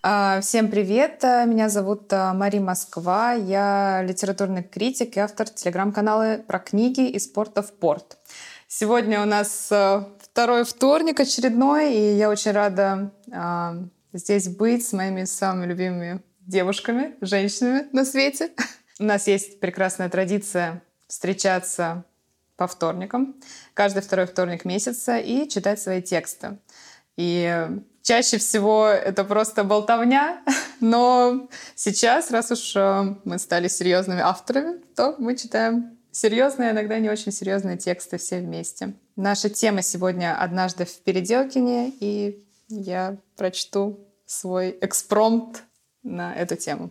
Всем привет! Меня зовут Мария Москва. Я литературный критик и автор телеграм-канала про книги и спорта в порт. Сегодня у нас второй вторник очередной, и я очень рада здесь быть с моими самыми любимыми девушками, женщинами на свете. У нас есть прекрасная традиция встречаться по вторникам, каждый второй вторник месяца, и читать свои тексты. И чаще всего это просто болтовня, но сейчас, раз уж мы стали серьезными авторами, то мы читаем серьезные, иногда не очень серьезные тексты все вместе. Наша тема сегодня «Однажды в Переделкине», и я прочту свой экспромт на эту тему.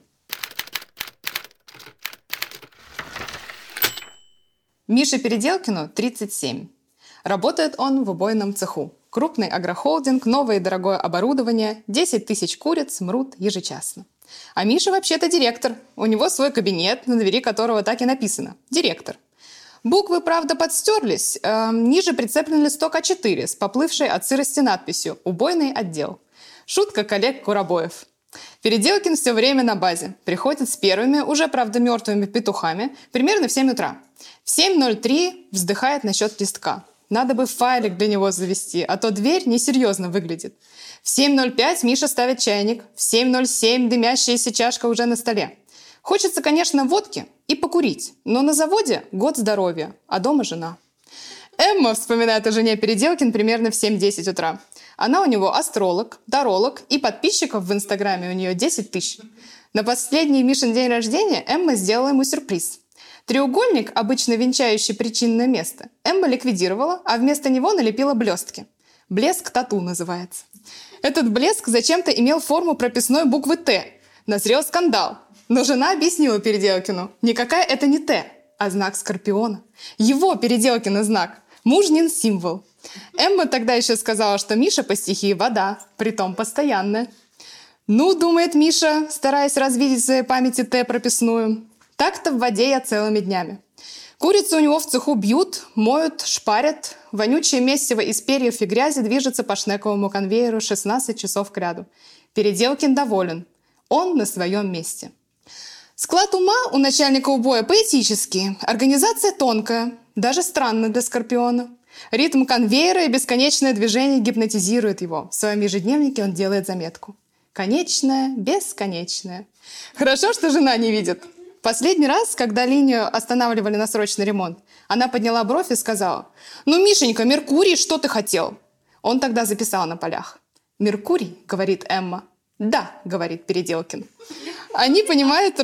Мише Переделкину 37. Работает он в убойном цеху. Крупный агрохолдинг, новое и дорогое оборудование, 10 тысяч куриц мрут ежечасно. А Миша вообще-то директор. У него свой кабинет, на двери которого так и написано «Директор». Буквы, правда, подстерлись. Ниже прицеплен листок А4 с поплывшей от сырости надписью «Убойный отдел». Шутка коллег Курабоев. Переделкин все время на базе. Приходит с первыми, уже, правда, мертвыми петухами, примерно в 7 утра. В 7:03 вздыхает насчет листка. Надо бы файлик для него завести, а то дверь несерьезно выглядит. В 7:05 Миша ставит чайник. В 7:07 дымящаяся чашка уже на столе. Хочется, конечно, водки и покурить, но на заводе год здоровья, а дома жена. Эмма вспоминает о жене Переделкин примерно в 7:10 утра. Она у него астролог, таролог, и подписчиков в Инстаграме у нее 10 тысяч. На последний Мишин день рождения Эмма сделала ему сюрприз. Треугольник, обычно венчающий причинное место, Эмма ликвидировала, а вместо него налепила блестки. Блеск-тату называется. Этот блеск зачем-то имел форму прописной буквы «Т». Назрел скандал. Но жена объяснила Переделкину, никакая это не «Т», а знак Скорпиона. Его Переделкина знак. Мужнин символ. Эмма тогда еще сказала, что Миша по стихии вода, притом постоянная. Ну, думает Миша, стараясь развидеть в своей памяти «Т» прописную. Так-то в воде я целыми днями. Курицы у него в цеху бьют, моют, шпарят. Вонючее месиво из перьев и грязи движется по шнековому конвейеру 16 часов кряду. Переделкин доволен. Он на своем месте. Склад ума у начальника убоя поэтический, организация тонкая, даже странно для Скорпиона. Ритм конвейера и бесконечное движение гипнотизирует его. В своем ежедневнике он делает заметку. Конечное, бесконечное. Хорошо, что жена не видит. Последний раз, когда линию останавливали на срочный ремонт, она подняла бровь и сказала: «Ну, Мишенька, Меркурий, что ты хотел?» Он тогда записал на полях. «Меркурий», — говорит Эмма. «Да», — говорит Переделкин. Они понимают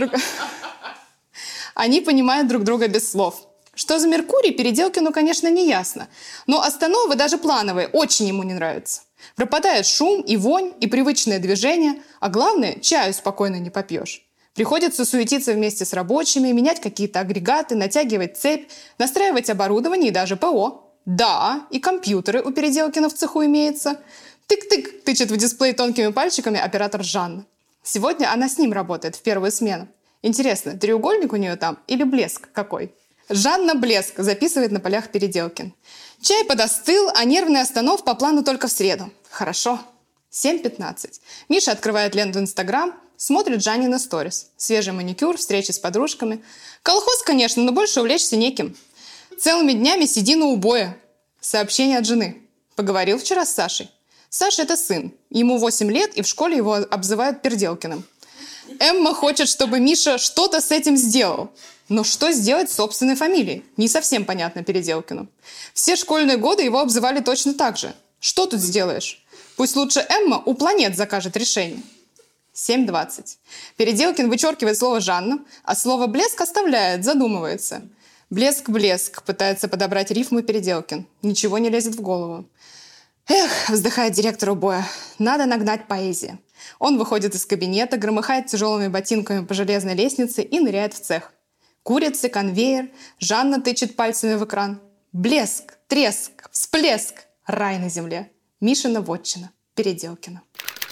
друг друга без слов. Что за Меркурий, Переделкину, конечно, не ясно. Но остановы, даже плановые, очень ему не нравятся. Пропадает шум и вонь, и привычное движение, а главное, чаю спокойно не попьешь. Приходится суетиться вместе с рабочими, менять какие-то агрегаты, натягивать цепь, настраивать оборудование и даже ПО. Да, и компьютеры у Переделкина в цеху имеются. Тык-тык, тычет в дисплей тонкими пальчиками оператор Жанна. Сегодня она с ним работает в первую смену. Интересно, треугольник у нее там или блеск какой? Жанна блеск, записывает на полях Переделкин. Чай подостыл, а нервный останов по плану только в среду. Хорошо. 7:15. Миша открывает ленту Инстаграм, смотрит Жаннины сторис. Свежий маникюр, встречи с подружками. Колхоз, конечно, но больше увлечься неким. Целыми днями сиди на убое. Сообщение от жены. Поговорил вчера с Сашей. Саша – это сын. Ему 8 лет, и в школе его обзывают Переделкиным. Эмма хочет, чтобы Миша что-то с этим сделал. Но что сделать с собственной фамилией? Не совсем понятно Переделкину. Все школьные годы его обзывали точно так же. Что тут сделаешь? Пусть лучше Эмма у планет закажет решение. 7:20. Переделкин вычеркивает слово «Жанна», а слово «блеск» оставляет, задумывается. «Блеск-блеск», пытается подобрать рифму Переделкин. Ничего не лезет в голову. Эх, вздыхает директор убоя, надо нагнать поэзии. Он выходит из кабинета, громыхает тяжелыми ботинками по железной лестнице и ныряет в цех. Курицы, конвейер, Жанна тычет пальцами в экран. Блеск, треск, всплеск, рай на земле. Мишина вотчина, Переделкина.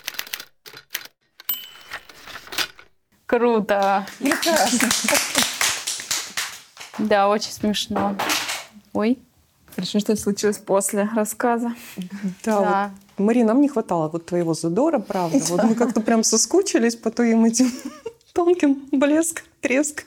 Круто. Прекрасно. Да, очень смешно. Ой. Хорошо, что случилось после рассказа. Да. Вот, Мари, нам не хватало вот твоего задора, правда. Вот мы как-то прям соскучились по твоим этим тонким блеск, треск.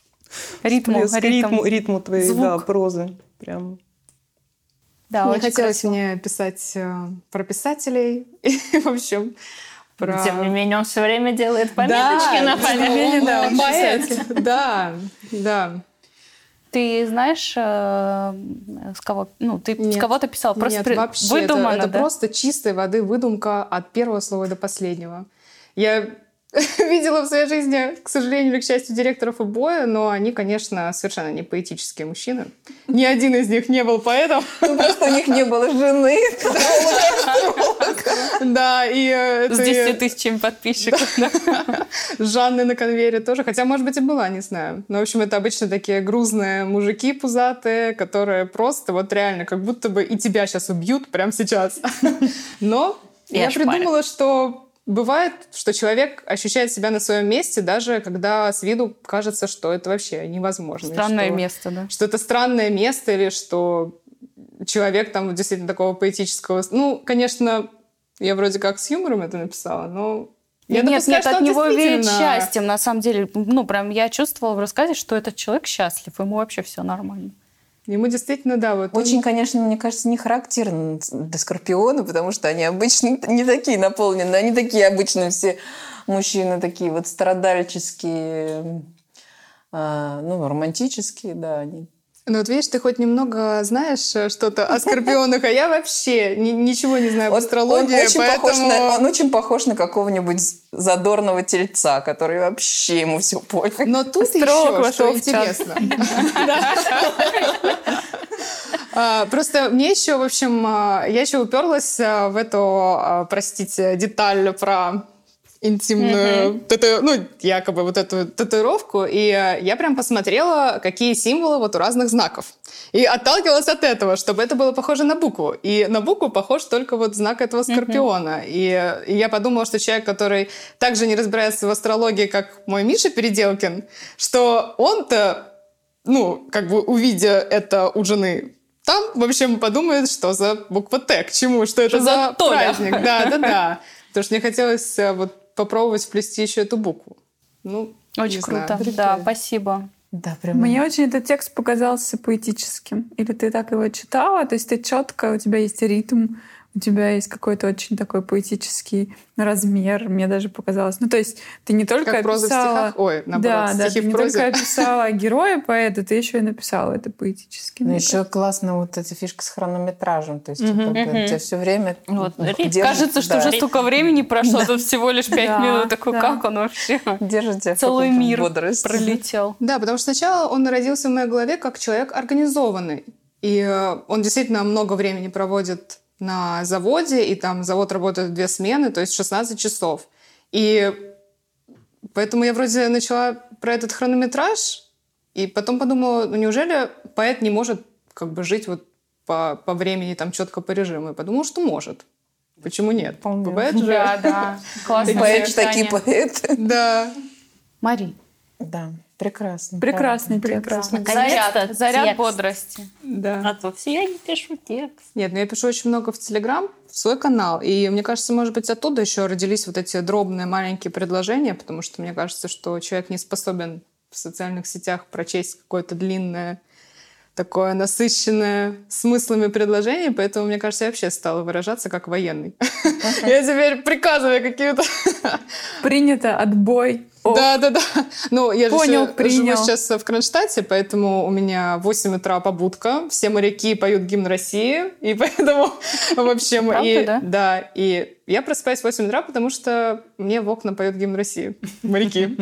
Ритму твоей, да, прозы. Прям. Да, не хотелось мне писать про писателей. И, в общем, про... Тем не менее, он все время делает пометочки на пометке. Да, он поэт. Да. Ты знаешь, с кого? Ну, ты с кого-то писал? Просто нет, вообще. Выдумано, это просто чистой воды выдумка от первого слова до последнего. Я видела в своей жизни, к сожалению или к счастью, директоров обоя, но они, конечно, совершенно не поэтические мужчины. Ни один из них не был поэтом. Просто у них не было жены. Да, и... С 10 тысячами подписчиков. Жанны на конвейере тоже. Хотя, может быть, и была, не знаю. Но, в общем, это обычно такие грузные мужики пузатые, которые просто вот реально как будто бы и тебя сейчас убьют прямо сейчас. Но я придумала, что... Бывает, что человек ощущает себя на своем месте, даже когда с виду кажется, что это вообще невозможно. Странное место, да. Что это странное место, или что человек там действительно такого поэтического... Ну, конечно, я вроде как с юмором это написала, но... Нет, от него веет счастьем, на самом деле. Ну, прям я чувствовала в рассказе, что этот человек счастлив, ему вообще все нормально. Ему действительно, да. Вот очень, конечно, мне кажется, не характерно для Скорпиона, потому что они обычно не такие наполненные. Они такие обычно все мужчины, такие вот страдальческие, романтические, да. Они. Ну вот видишь, ты хоть немного знаешь что-то о Скорпионах, а я вообще ничего не знаю об астрологии, он очень похож на какого-нибудь задорного тельца, который вообще ему все пофиг. Но тут еще что интересно. Просто мне еще, в общем, я еще уперлась в эту, простите, деталь про интимную, якобы вот эту татуировку, и я прям посмотрела, какие символы вот у разных знаков. И отталкивалась от этого, чтобы это было похоже на букву. И на букву похож только вот знак этого Скорпиона. И я подумала, что человек, который также не разбирается в астрологии, как мой Миша Переделкин, что он-то, увидя это у жены, там, в общем, подумает, что за буква Т, к чему, что это за праздник. Да. Потому что мне хотелось попробовать вплести еще эту букву. Очень круто. Да, спасибо. Да, прям. Мне очень этот текст показался поэтическим. Или ты так его читала? То есть ты четко, у тебя есть ритм, у тебя есть какой-то очень такой поэтический размер. Мне даже показалось. Ну, то есть ты не только как проза описала... в стихах? Ой, наоборот, да, стихи ты в прозе. не только описала героя поэта, ты еще и написала это поэтически. Ну, еще классно вот эта фишка с хронометражем. То есть у тебя все время... Кажется, что уже столько времени прошло, тут всего лишь 5 минут. Такой, как он вообще? Держите целый мир пролетел. Да, потому что сначала он родился в моей голове как человек организованный. И он действительно много времени проводит на заводе, и там завод работает в 2 смены, то есть 16 часов. И поэтому я вроде начала про этот хронометраж, и потом подумала, неужели поэт не может жить вот по времени там четко по режиму? И подумала, что может. Почему нет? Бывает же. Да. Классное поэты такие поэты. Да. Мари. Да. Прекрасно. Прекрасный текст. Заряд бодрости. Да. А то все я не пишу текст. Нет, я пишу очень много в Телеграм, в свой канал. И мне кажется, может быть, оттуда еще родились вот эти дробные маленькие предложения, потому что мне кажется, что человек не способен в социальных сетях прочесть какое-то длинное, такое насыщенное смыслами предложение, поэтому, мне кажется, я вообще стала выражаться как военный. Я теперь приказываю какие-то... Принято, отбой. Да. Ну, я же живу принял. сейчас в Кронштадте, поэтому у меня в 8 утра побудка, все моряки поют гимн России, и поэтому, в общем... Правда, да? И я просыпаюсь в 8 утра, потому что мне в окна поют гимн России, моряки.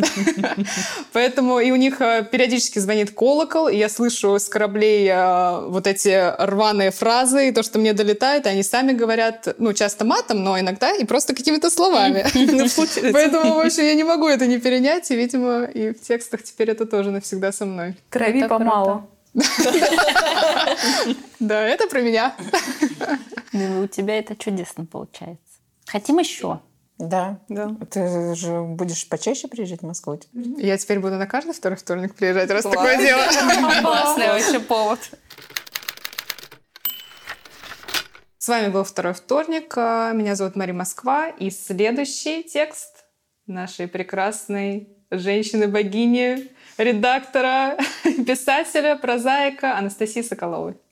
Поэтому и у них периодически звонит колокол, и я слышу с кораблей вот эти рваные фразы, и то, что мне долетает, они сами говорят, часто матом, но иногда и просто какими-то словами. Поэтому, в общем, я не могу это не перенять, и, видимо, и в текстах теперь это тоже навсегда со мной. Крови помалу. Да, это про меня. У тебя это чудесно получается. Хотим еще. Да. Ты же будешь почаще приезжать в Москву? Я теперь буду на каждый вторник приезжать, раз такое дело. Классный вообще повод. С вами был «Второй вторник». Меня зовут Мария Москва. И следующий текст нашей прекрасной женщины-богини, редактора, писателя, прозаика Анастасии Соколовой.